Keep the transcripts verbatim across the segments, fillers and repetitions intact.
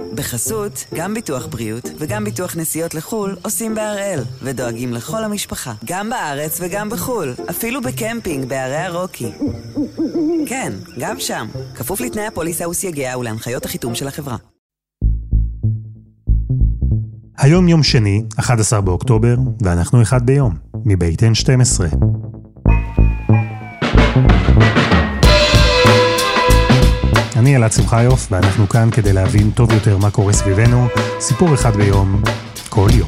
בחסות, גם ביטוח בריאות וגם ביטוח נסיעות לחול עושים בהראל, ודואגים לכל המשפחה, גם בארץ וגם בחול, אפילו בקמפינג בערי הרוקי. כן, גם שם, כפוף לתנאי הפוליסה וסייגיה ולהנחיות החיתום של החברה. היום יום שני, אחד עשר באוקטובר, ואנחנו אחד ביום, מבית אן שתים עשרה. אני אלעד שמחיוף, ואנחנו כאן כדי להבין טוב יותר מה קורה סביבנו, סיפור אחד ביום, כל יום.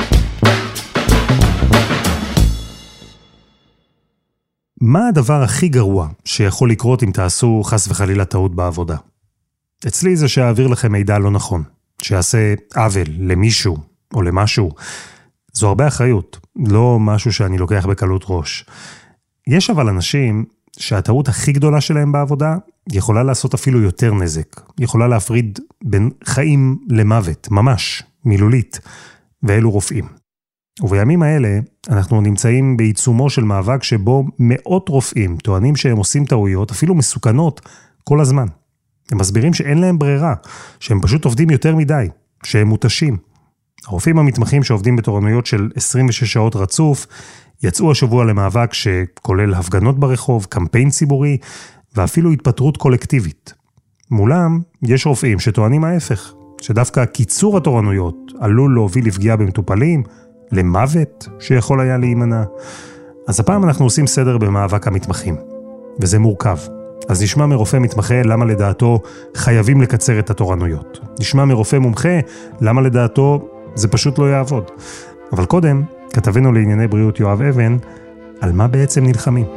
מה הדבר הכי גרוע שיכול לקרות אם תעשו חס וחלילה טעות בעבודה? אצלי זה שאעביר לכם מידע לא נכון, שיעשה עוול למישהו או למשהו. זו הרבה אחריות, לא משהו שאני לוקח בקלות ראש. יש אבל אנשים שהטעות הכי גדולה שלהם בעבודה יכולה לעשות אפילו יותר נזק, יכולה להפריד בין חיים למוות, ממש, מילולית, ואלו רופאים. ובימים האלה אנחנו נמצאים בעיצומו של מאבק שבו מאות רופאים טוענים שהם עושים טעויות, אפילו מסוכנות, כל הזמן. הם מסבירים שאין להם ברירה, שהם פשוט עובדים יותר מדי, שהם מותשים. הרופאים המתמחים שעובדים בתורנויות של עשרים ושש שעות רצוף, יצאו השבוע למאבק שכולל הפגנות ברחוב, קמפיין ציבורי, ואפילו התפטרות קולקטיבית. מולם יש רופאים שטוענים ההפך, שדווקא קיצור התורנויות עלול להוביל לפגיעה במטופלים, למוות שיכול היה להימנע. אז הפעם אנחנו עושים סדר במאבק המתמחים, וזה מורכב. אז נשמע מרופא מתמחה למה לדעתו חייבים לקצר את התורנויות. נשמע מרופא מומחה למה לדעתו זה פשוט לא יעבוד. אבל קודם, כתבנו לענייני בריאות יואב אבן, על מה בעצם נלחמים.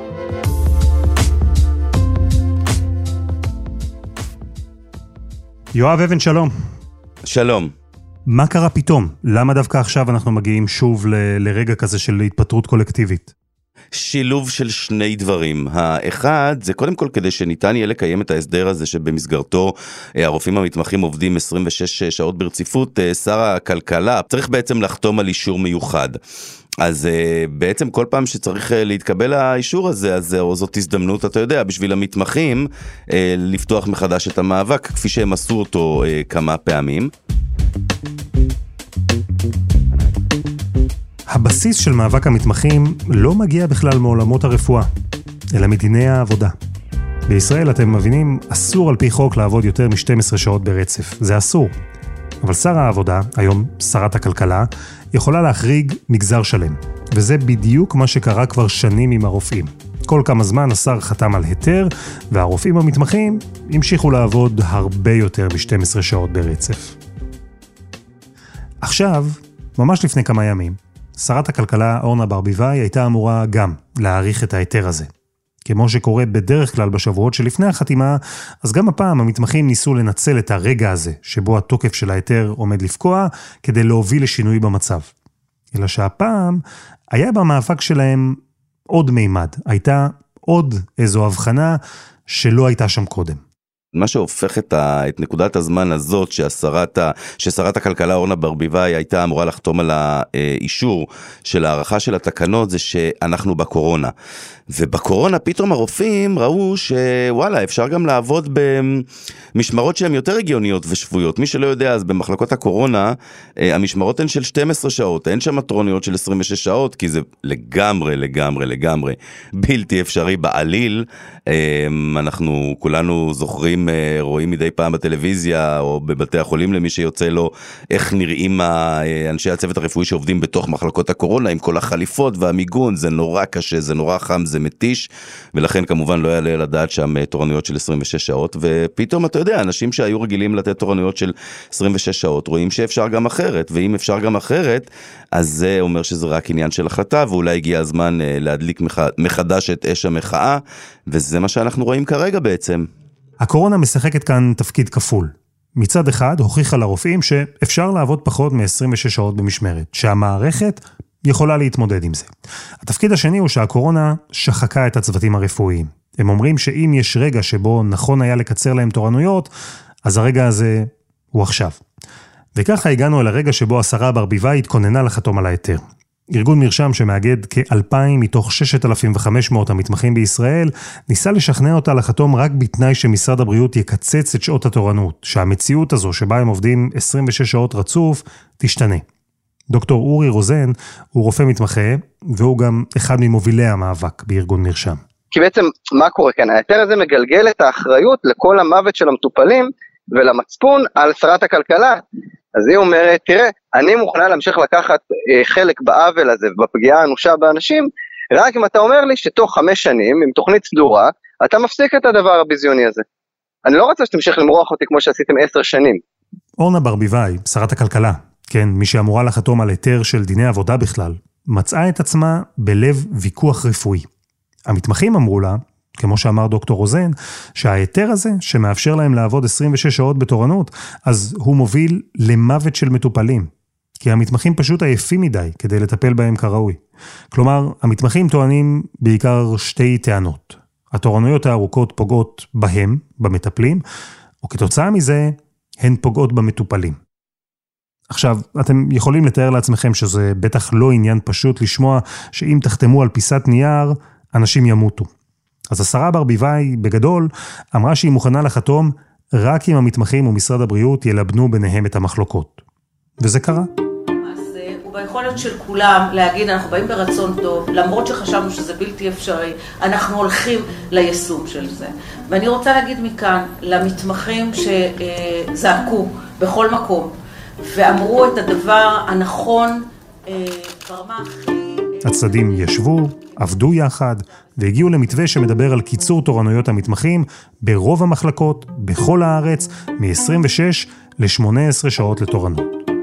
יואב אבן, שלום. שלום. מה קרה פתאום? למה דווקא עכשיו אנחנו מגיעים שוב ל- לרגע כזה של התפטרות קולקטיבית? שילוב של שני דברים. האחד, זה קודם כל כדי שניתן יהיה לקיים את ההסדר הזה שבמסגרתו הרופאים המתמחים עובדים עשרים ושש שעות ברציפות, שר הכלכלה צריך בעצם לחתום על אישור מיוחד. אז בעצם כל פעם שצריך להתקבל האישור הזה, אז זאת הזדמנות, אתה יודע, בשביל המתמחים לפתוח מחדש את המאבק, כפי שהם עשו אותו כמה פעמים. הבסיס של מאבק המתמחים לא מגיע בכלל מעולמות הרפואה, אלא מדיני העבודה. בישראל, אתם מבינים, אסור על פי חוק לעבוד יותר מ-שתים עשרה שעות ברצף. זה אסור. אבל שר העבודה, היום שרת הכלכלה, יכולה להחריג מגזר שלם. וזה בדיוק מה שקרה כבר שנים עם הרופאים. כל כמה זמן השר חתם על היתר, והרופאים המתמחים המשיכו לעבוד הרבה יותר מ-שתים עשרה שעות ברצף. עכשיו, ממש לפני כמה ימים, שרת הכלכלה אורנה ברביבאי הייתה אמורה גם להאריך את ההיתר הזה. כמו שקורה בדרך כלל בשבועות שלפני החתימה, אז גם הפעם המתמחים ניסו לנצל את הרגע הזה, שבו התוקף של ההיתר עומד לפקוע, כדי להוביל לשינוי במצב. אלא שהפעם היה במאבק שלהם עוד מימד, הייתה עוד איזו הבחנה שלא הייתה שם קודם. מה שהופך את, ה, את נקודת הזמן הזאת שהשרת, ה, ששרת הכלכלה אורנה ברביבאי הייתה אמורה לחתום על האישור של הערכה של התקנות, זה שאנחנו בקורונה. ובקורונה פתאום הרופאים ראו שוואלה, אפשר גם לעבוד במשמרות שהן יותר הגיוניות ושבויות. מי שלא יודע, אז במחלקות הקורונה, המשמרות הן של שתים עשרה שעות, אין שם טרוניות של עשרים ושש שעות, כי זה לגמרי, לגמרי, לגמרי בלתי אפשרי בעליל. אנחנו כולנו זוכרים, רואים מדי פעם בטלוויזיה, או בבתי החולים למי שיוצא לו, איך נראים אנשי הצוות הרפואי שעובדים בתוך מחלקות הקורונה, עם כל החליפות והמיגון, זה נורא קשה, זה נורא חם, זה מתיש, ולכן כמובן לא יעלה לדעת שם תורנויות של עשרים ושש שעות, ופתאום אתה יודע, אנשים שהיו רגילים לתת תורנויות של עשרים ושש שעות, רואים שאפשר גם אחרת, ואם אפשר גם אחרת, אז זה אומר שזה רק עניין של החלטה, ואולי הגיע הזמן להדליק מחדש את אש המחאה, וזה מה שאנחנו רואים כרגע בעצם. הקורונה משחקת כאן תפקיד כפול. מצד אחד, הוכיחה לרופאים שאפשר לעבוד פחות מ-עשרים ושש שעות במשמרת, שהמערכת יכולה להתמודד עם זה. התפקיד השני הוא שהקורונה שחקה את הצוותים הרפואיים. הם אומרים שאם יש רגע שבו נכון היה לקצר להם תורנויות, אז הרגע הזה הוא עכשיו. וככה הגענו אל הרגע שבו השרה ברביבאי התכוננה לחתום על ההיתר. ארגון מרשם שמאגד כאלפיים מתוך שישת אלפים וחמש מאות המתמחים בישראל, ניסה לשכנע אותה לחתום רק בתנאי שמשרד הבריאות יקצץ את שעות התורנות, שהמציאות הזו שבה הם עובדים עשרים ושש שעות רצוף, תשתנה. דוקטור אורי רוזן הוא רופא מתמחה, והוא גם אחד ממובילי המאבק בארגון מרשם. כי בעצם מה קורה כאן? היתר הזה מגלגל את האחריות לכל המוות של המטופלים ולמצפון על שרת הכלכלה. אז היא אומרת, תראה, אני מוכנה להמשיך לקחת אה, חלק בעוול הזה ובפגיעה האנושה באנשים, רק אם אתה אומר לי שתוך חמש שנים, עם תוכנית סדורה, אתה מפסיק את הדבר הביזיוני הזה. אני לא רוצה שתמשיך למרוח אותי כמו שעשיתם עשר שנים. אורנה ברביבאי, שרת הכלכלה, כן, מי שאמורה לחתום על היתר של דיני עבודה בכלל, מצאה את עצמה בלב ויכוח רפואי. המתמחים אמרו לה, כמו שאמר דוקטור רוזן, שההיתר הזה שמאפשר להם לעבוד עשרים ושש שעות בתורנות, אז הוא מוביל למוות של מטופלים. כי המתמחים פשוט עייפים מדי כדי לטפל בהם כראוי. כלומר, המתמחים טוענים בעיקר שתי טענות. התורנויות הארוכות פוגעות בהם, במטפלים, או כתוצאה מזה, הן פוגעות במטופלים. עכשיו, אתם יכולים לתאר לעצמכם שזה בטח לא עניין פשוט לשמוע שאם תחתמו על פיסת נייר, אנשים ימותו. אז השרה ברביבאי, בגדול, אמרה שהיא מוכנה לחתום רק אם המתמחים ומשרד הבריאות ילבנו ביניהם את המחלוקות. וזה קרה. אז הוא ביכולת של כולם להגיד, אנחנו באים ברצון טוב, למרות שחשבנו שזה בלתי אפשרי, אנחנו הולכים ליישום של זה. ואני רוצה להגיד מכאן, למתמחים שזעקו בכל מקום, ואמרו את הדבר הנכון ברמה הכי... הצדדים ישבו, עבדו יחד, והגיעו למתווה שמדבר על קיצור תורנויות המתמחים ברוב המחלקות, בכל הארץ, מ-עשרים ושש ל-שמונה עשרה שעות לתורנות.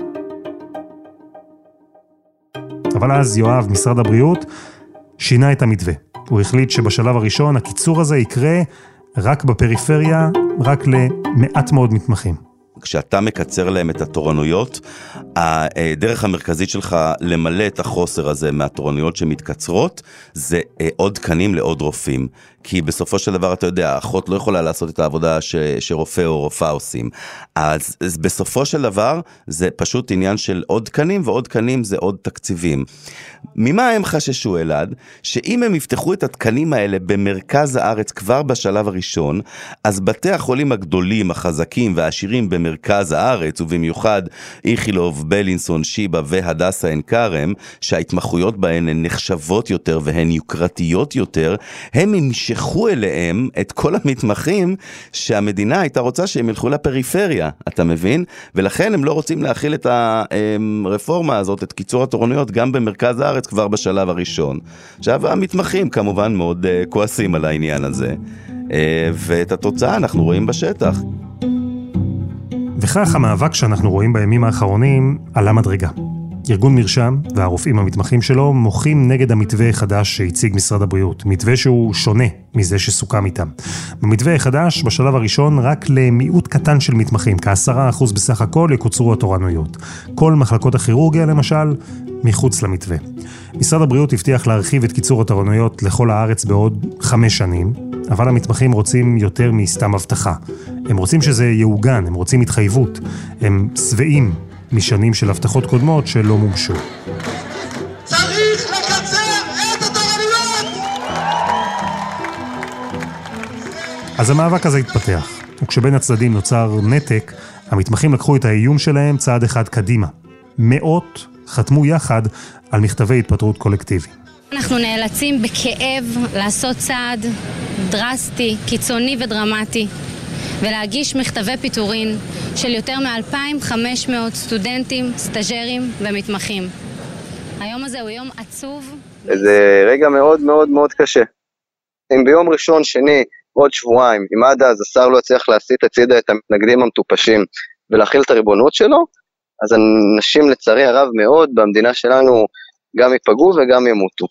אבל אז יואב, משרד הבריאות, שינה את המתווה. הוא החליט שבשלב הראשון הקיצור הזה יקרה רק בפריפריה, רק למעט מאוד מתמחים. כשאתה מקצר להם את התורנויות, הדרך המרכזית שלך למלא את החוסר הזה מהתורנויות שמתקצרות, זה עוד תקנים לעוד רופאים. כי בסופו של דבר, אתה יודע, האחות לא יכולה לעשות את העבודה ש, שרופא או רופאה עושים. אז, אז בסופו של דבר, זה פשוט עניין של עוד תקנים, ועוד תקנים זה עוד תקציבים. ממה הם חששו אלעד? שאם הם יפתחו את התקנים האלה במרכז הארץ כבר בשלב הראשון, אז בתי החולים הגדולים, החזקים והעשירים במרכז הארץ, ובמיוחד איכילוב, בלינסון, שיבא והדסה עין כרם, שההתמחויות בהן הן נחשבות יותר והן יוקרתיות יותר, הם ימשכו אליהם את כל המתמחים שהמדינה הייתה רוצה שהם ילכו לפריפריה, אתה מבין? ולכן הם לא רוצים להכיל את הרפורמה הזאת, את קיצור התורנויות, גם במרכז הארץ כבר בשלב הראשון. עכשיו, המתמחים כמובן מאוד uh, כועסים על העניין הזה, uh, ואת התוצאה אנחנו רואים בשטח. וכך המאבק שאנחנו רואים בימים האחרונים עלה מדרגה. ארגון מרשם והרופאים המתמחים שלו מוחים נגד המתווה החדש שהציג משרד הבריאות, מתווה שהוא שונה מזה שסוכם איתם. במתווה החדש, בשלב הראשון, רק למיעוט קטן של מתמחים, כעשרה אחוז בסך הכל, יקוצרו התורנויות. כל מחלקות הכירורגיה, למשל, מחוץ למתווה. משרד הבריאות הבטיח להרחיב את קיצור התורנויות לכל הארץ בעוד חמש שנים, אבל המתמחים רוצים יותר מסתם הבטחה. הם רוצים שזה יעוגן, הם רוצים התחייבות, הם שבעים משנים של הבטחות קודמות שלא מומשו. צריך לקצר את התורנויות! אז המאבק הזה התפתח, וכשבין הצדדים נוצר נתק, המתמחים לקחו את האיום שלהם צעד אחד קדימה. מאות חתמו יחד על מכתבי התפטרות קולקטיבי. אנחנו נאלצים בכאב לעשות צעד דרסטי, קיצוני ודרמטי, ולהגיש מכתבי פיטורין של יותר מ-אלפיים וחמש מאות סטודנטים, סטאג'רים ומתמחים. היום הזה הוא יום עצוב. זה רגע מאוד מאוד מאוד קשה. אם ביום ראשון, שני, עוד שבועיים, אם עד אז השר לא יצליח להסיט הצידה את המתנגדים המטופשים ולהכיל את הריבונות שלו, אז אנשים לצערי הרב מאוד במדינה שלנו גם ייפגעו וגם ימותו.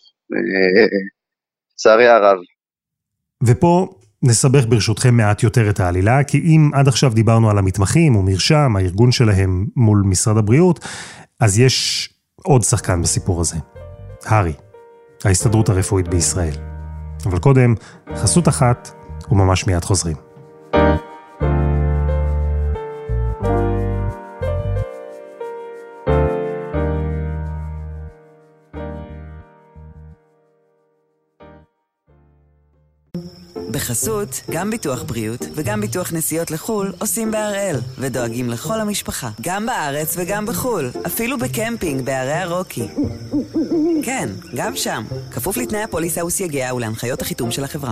לצערי הרב. ופה נסבך ברשותכם מעט יותר את העלילה, כי אם עד עכשיו דיברנו על המתמחים ומרשם, הארגון שלהם מול משרד הבריאות, אז יש עוד שחקן בסיפור הזה. הרי, ההסתדרות הרפואית בישראל. אבל קודם, חסות אחת, וממש מיד חוזרים. בחסות, גם ביטוח בריאות וגם ביטוח נסיעות לחול עושים בהראל, ודואגים לכל המשפחה, גם בארץ וגם בחול, אפילו בקמפינג בערי הרוקי. כן, גם שם, כפוף לתנאי הפוליסה וסייגיה ולהנחיות החיתום של החברה.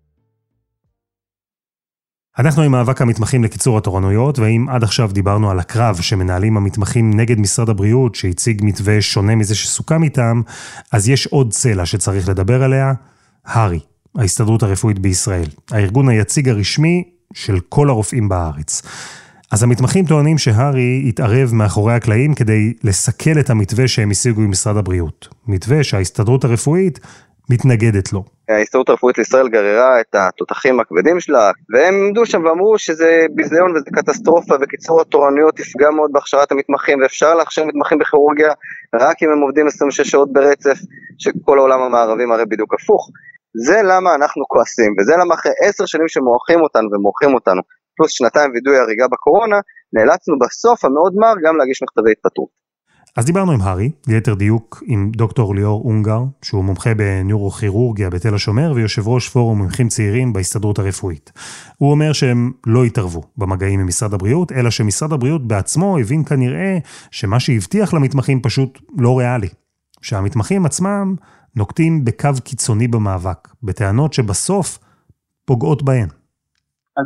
אנחנו עם מאבק המתמחים לקיצור התורנויות, ואם עד עכשיו דיברנו על הקרב שמנהלים המתמחים נגד משרד הבריאות, שהציג מתווה שונה מזה שסוכם איתם, אז יש עוד צלע שצריך לדבר עליה, הרי, ההסתדרות הרפואית בישראל, הארגון היציג הרשמי של כל הרופאים בארץ. אז המתמחים טוענים שהרי יתערב מאחורי הקלעים כדי לסכל את המתווה שהם השיגו עם משרד הבריאות. מתווה שההסתדרות הרפואית מתנגדת לו. ההסתדרות הרפואית לישראל גררה את התותחים הכבדים שלה, והם עמדו שם ואמרו שזה ביזיון וזה קטסטרופה, וקיצור התורנויות יפגע מאוד בהכשרת המתמחים, ואפשר להכשיר מתמחים בכירורגיה רק אם הם עובדים עשרים ושש שעות ברצף, שכל העולם המערבי מראה בדיוק הפוך. זה למה אנחנו כועסים, וזה למה אחרי עשר שנים שמורחים אותנו ומורחים אותנו, פלוס שנתיים וידוי הריגה בקורונה, נאלצנו בסוף המאוד מר גם להגיש מכתבי התפטרות. אז דיברנו עם הרי, ליתר דיוק עם דוקטור ליאור אונגר, שהוא מומחה בנוירוכירורגיה בתל השומר, ויושב ראש פורום מומחים צעירים בהסתדרות הרפואית. הוא אומר שהם לא יתערבו במגעים עם משרד הבריאות, אלא שמשרד הבריאות בעצמו הבין כנראה שמה שהבטיח למתמחים פשוט לא ריאלי. שהמתמחים עצמם נוקטים בקו קיצוני במאבק, בטענות שבסוף פוגעות בהן. אז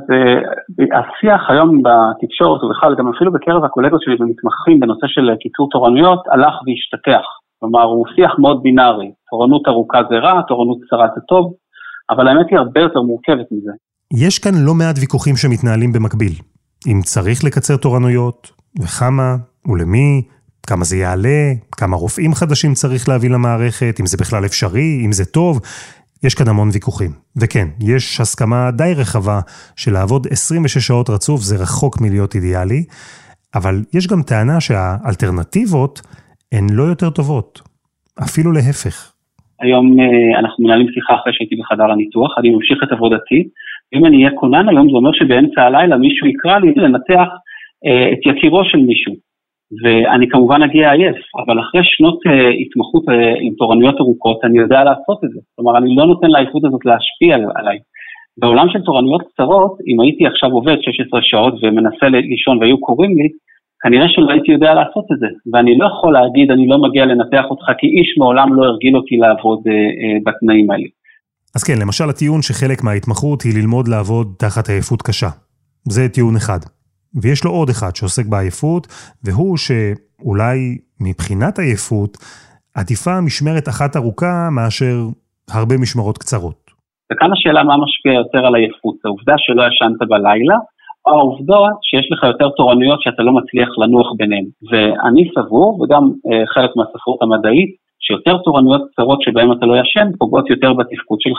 השיח היום בתקשורת, ובכלל גם אפילו בקרב הקולגות שלי ומתמחים בנושא של קיצור תורנויות, הלך והשתתח. כלומר, הוא שיח מאוד בינארי. תורנות ארוכה זה רע, תורנות קצרה זה טוב, אבל האמת היא הרבה יותר מורכבת מזה. יש כאן לא מעט ויכוחים שמתנהלים במקביל. אם צריך לקצר תורנויות, וכמה, ולמי, כמה זה יעלה, כמה רופאים חדשים צריך להביא למערכת, אם זה בכלל אפשרי, אם זה טוב, יש כאן המון ויכוחים. וכן, יש הסכמה די רחבה של לעבוד עשרים ושש שעות רצוף, זה רחוק מלהיות אידיאלי, אבל יש גם טענה שהאלטרנטיבות הן לא יותר טובות, אפילו להפך. היום אנחנו מנהלים שיחה אחרי שהייתי בחדר הניתוח, אני ממשיך את עבודתי, ואם אני אהיה קונן היום, זה אומר שבאמצע הלילה מישהו יקרא לי לנתח את יקירו של מישהו. ואני כמובן אגיע עייף, אבל אחרי שנות uh, התמחות uh, עם תורנויות ארוכות, אני יודע לעשות את זה. כלומר, אני לא נותן לעייפות הזאת להשפיע עליי. בעולם של תורנויות קצרות, אם הייתי עכשיו עובד שש עשרה שעות ומנסה לישון והיו קוראים לי, כנראה שלא הייתי יודע לעשות את זה. ואני לא יכול להגיד, אני לא מגיע לנתח אותך, כי איש מעולם לא הרגיל אותי לעבוד uh, uh, בתנאים האלה. אז כן, למשל הטיעון שחלק מההתמחות היא ללמוד לעבוד תחת עייפות קשה. זה טיעון אחד. ויש לו עוד אחד שעוסק בעייפות, והוא שאולי מבחינת עייפות, עדיפה משמרת אחת ארוכה מאשר הרבה משמרות קצרות. וכאן השאלה מה משפיע יותר על עייפות, העובדה שלא ישנת בלילה, או העובדה שיש לך יותר תורנויות שאתה לא מצליח לנוח ביניהם. ואני סבור, וגם אה, חלק מהספרות המדעית, שיותר תורנויות קצרות שבהן אתה לא ישן, פוגעות יותר בתפקוד שלך,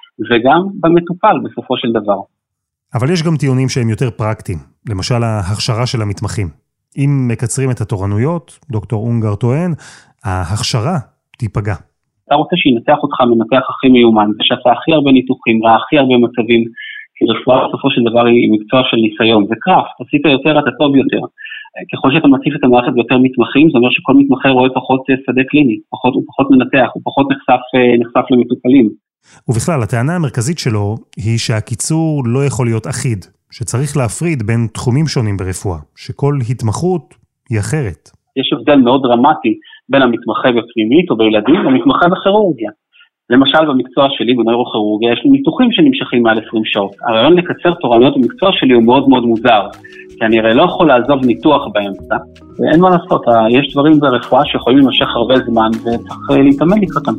וגם במטופל בסופו של דבר. אבל יש גם טיעונים שהם יותר פרקטיים, למשל ההכשרה של המתמחים. אם מקצרים את התורנויות, דוקטור אונגר טוען, ההכשרה תיפגע. אתה רוצה שינתח אותך מנתח הכי מיומן, ושאתה הכי הרבה ניתוחים, ראה הכי הרבה מצבים, כי רפואה בסופו של דבר היא מקצוע של ניסיון, זה קראפט, עשית יותר, אתה טוב יותר. ככל שאתה מציף את המערכת ביותר מתמחים, זה אומר שכל מתמחה רואה פחות שדה קליני, פחות, הוא פחות מנתח, הוא פחות נחשף, נחשף למטופלים. ובכלל, הטענה המרכזית שלו היא שהקיצור לא יכול להיות אחיד, שצריך להפריד בין תחומים שונים ברפואה, שכל התמחות היא אחרת. יש הבדל מאוד דרמטי בין המתמחה בפנימית או בילדים למתמחה בכירורגיה. למשל במקצוע שלי, בנוירוכירורגיה, יש לי ניתוחים שנמשכים מעל עשרים שעות. הרעיון לקצר תורנויות במקצוע שלי הוא מאוד מאוד מוזר, כי אני הרי לא יכול לעזוב ניתוח באמצע, ואין מה לעשות, יש דברים ברפואה שיכולים להימשך הרבה זמן וצריך להתאמן לקראתם.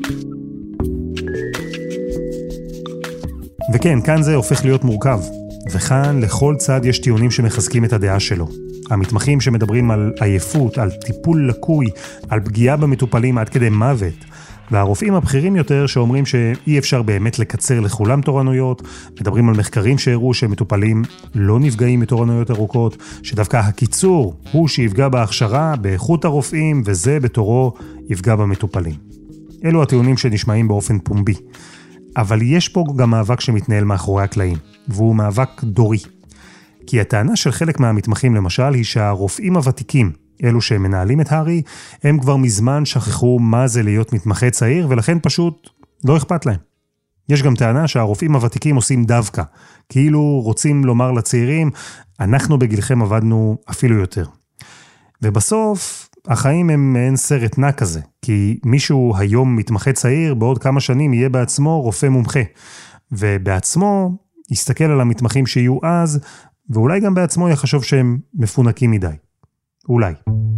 וכן, כאן זה הופך להיות מורכב, וכאן לכל צד יש טיעונים שמחזקים את הדעה שלו. המתמחים שמדברים על עייפות, על טיפול לקוי, על פגיעה במטופלים עד כדי מוות, והרופאים הבכירים יותר שאומרים שאי אפשר באמת לקצר לכולם תורנויות, מדברים על מחקרים שהראו שמטופלים לא נפגעים מתורנויות ארוכות, שדווקא הקיצור הוא שיפגע בהכשרה, באיכות הרופאים, וזה בתורו יפגע במטופלים. אלו הטיעונים שנשמעים באופן פומבי. אבל יש פה גם מאבק שמתנהל מאחורי הקלעים, והוא מאבק דורי. כי הטענה של חלק מהמתמחים למשל היא שהרופאים הוותיקים, אלו שמנהלים את הרי, הם כבר מזמן שכחו מה זה להיות מתמחה צעיר, ולכן פשוט לא אכפת להם. יש גם טענה שהרופאים הוותיקים עושים דווקא, כאילו רוצים לומר לצעירים, אנחנו בגילכם עבדנו אפילו יותר. ובסוף, החיים הם מעין סרט נע כזה, כי מישהו היום מתמחה צעיר, בעוד כמה שנים יהיה בעצמו רופא מומחה, ובעצמו יסתכל על המתמחים שיהיו אז, ואולי גם בעצמו יחשוב שהם מפונקים מדי. אולי.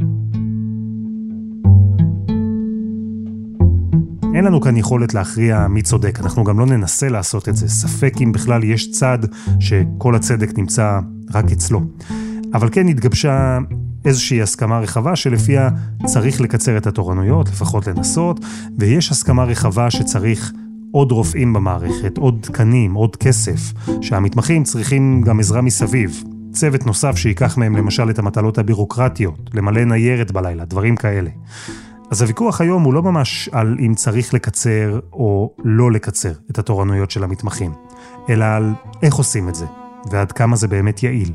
אין לנו כאן יכולת להכריע מי צודק, אנחנו גם לא ננסה לעשות את זה, ספק אם בכלל יש צד שכל הצדק נמצא רק אצלו. אבל כן התגבשה איזושהי הסכמה רחבה שלפיה צריך לקצר את התורנויות, לפחות לנסות, ויש הסכמה רחבה שצריך עוד רופאים במערכת, עוד תקנים, עוד כסף, שהמתמחים צריכים גם עזרה מסביב, צוות נוסף שיקח מהם למשל את המטלות הבירוקרטיות, למלא ניירת בלילה, דברים כאלה. אז הוויכוח היום הוא לא ממש על אם צריך לקצר או לא לקצר את התורנויות של המתמחים, אלא על איך עושים את זה, ועד כמה זה באמת יעיל.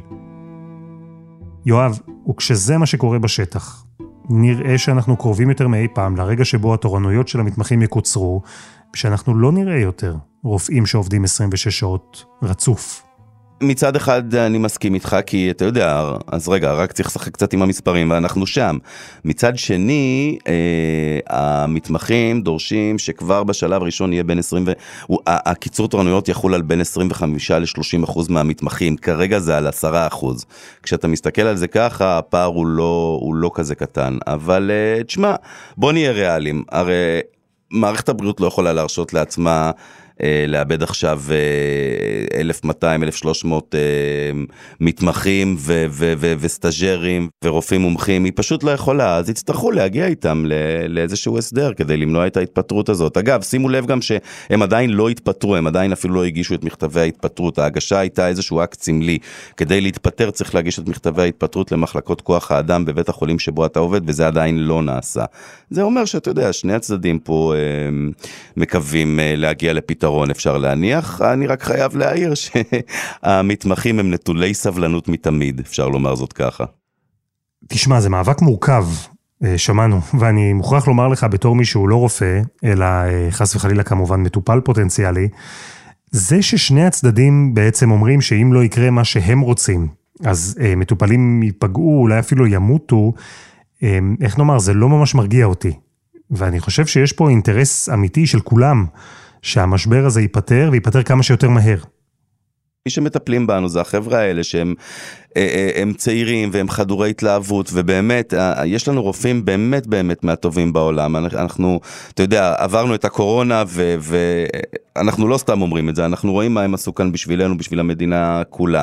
יואב, וכשזה מה שקורה בשטח, נראה שאנחנו קרובים יותר מאי פעם לרגע שבו התורנויות של המתמחים יקוצרו, ושאנחנו לא נראה יותר רופאים שעובדים עשרים ושש שעות רצוף. מצד אחד אני מסכים איתך, כי אתה יודע, אז רגע, רק צריך לשחק קצת עם המספרים, ואנחנו שם. מצד שני, אה, המתמחים דורשים שכבר בשלב ראשון יהיה בין עשרים ו... הקיצור תורנויות יחול על בין עשרים וחמישה ל-שלושים אחוז מהמתמחים, כרגע זה על עשרה אחוז. כשאתה מסתכל על זה ככה, הפער הוא לא, הוא לא כזה קטן, אבל אה, תשמע, בוא נהיה ריאליים, הרי מערכת הבריאות לא יכולה להרשות לעצמה, לאבד עכשיו אלף ומאתיים אלף ושלוש מאות מתמחים וסטאג'רים ורופאים מומחים, היא פשוט לא יכולה, אז יצטרכו להגיע איתם לאיזשהו הסדר כדי למנוע את ההתפטרות הזאת. אגב, שימו לב גם שהם עדיין לא התפטרו, הם עדיין אפילו לא הגישו את מכתבי ההתפטרות, ההגשה הייתה איזשהו אקט סמלי, כדי להתפטר צריך להגיש את מכתבי ההתפטרות למחלקות כוח האדם בבית החולים שבו אתה עובד, וזה עדיין לא נעשה. זה אומר שאתה יודע, שני הצדדים פה מקווים להגיע לפתרון. אפשר להניח, אני רק חייב להעיר שהמתמחים הם נטולי סבלנות מתמיד, אפשר לומר זאת ככה. תשמע, זה מאבק מורכב, שמענו, ואני מוכרח לומר לך בתור מישהו לא רופא, אלא חס וחלילה כמובן מטופל פוטנציאלי, זה ששני הצדדים בעצם אומרים שאם לא יקרה מה שהם רוצים, אז מטופלים ייפגעו, אולי אפילו ימותו, איך נאמר, זה לא ממש מרגיע אותי. ואני חושב שיש פה אינטרס אמיתי של כולם, שהמשבר הזה ייפטר, וייפטר כמה שיותר מהר. מי שמטפלים בנו זה החבר'ה האלה שהם הם צעירים והם חדורי התלהבות, ובאמת, יש לנו רופאים באמת באמת מהטובים בעולם. אנחנו, אתה יודע, עברנו את הקורונה, ואנחנו לא סתם אומרים את זה, אנחנו רואים מה הם עשו כאן בשבילנו, בשביל המדינה כולה.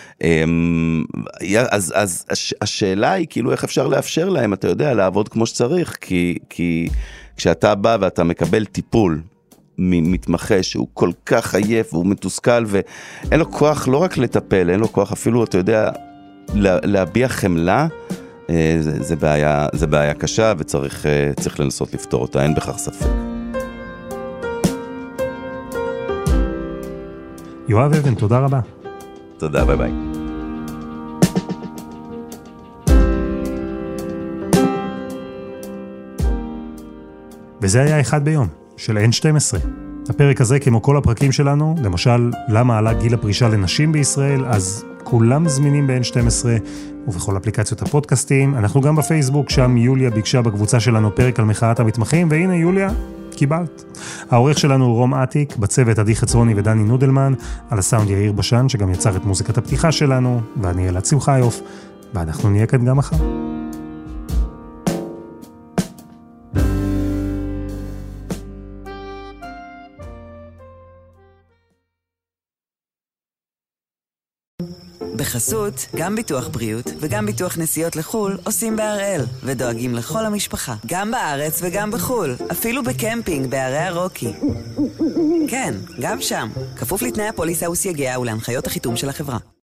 אז, אז השאלה היא כאילו איך אפשר לאפשר להם, אתה יודע, לעבוד כמו שצריך, כי, כי כשאתה בא ואתה מקבל טיפול, מתמחה שהוא כל כך עייף והוא מתוסכל ואין לו כוח לא רק לטפל, אין לו כוח אפילו, אתה יודע, להביע חמלה, זה, זה בעיה, זה בעיה קשה וצריך צריך לנסות לפתור אותה, אין בכך ספק. יואב אבן, תודה רבה. תודה, ביי ביי. וזה היה אחד ביום. של אן שתים עשרה. הפרק הזה, כמו כל הפרקים שלנו, למשל, למה עלה גיל הפרישה לנשים בישראל, אז כולם זמינים ב-אן שתים עשרה ובכל אפליקציות הפודקאסטים. אנחנו גם בפייסבוק, שם יוליה ביקשה בקבוצה שלנו פרק על מחאת המתמחים, והנה יוליה, קיבלת. העורך שלנו הוא רום עתיק, בצוות עדי חצרוני ודני נודלמן, על הסאונד יאיר בשן, שגם יצר את מוזיקת הפתיחה שלנו, ואני אלעד שמחיוף, ואנחנו נהיה כאן גם מחר. בחסות, גם ביטוח בריאות וגם ביטוח נסיעות לחול עושים בהראל ודואגים לכל המשפחה, גם בארץ וגם בחול, אפילו בקמפינג בערי הרוקי. כן, גם שם, כפוף לתנאי הפוליסה וסייגיה ולהנחיות החיתום של החברה.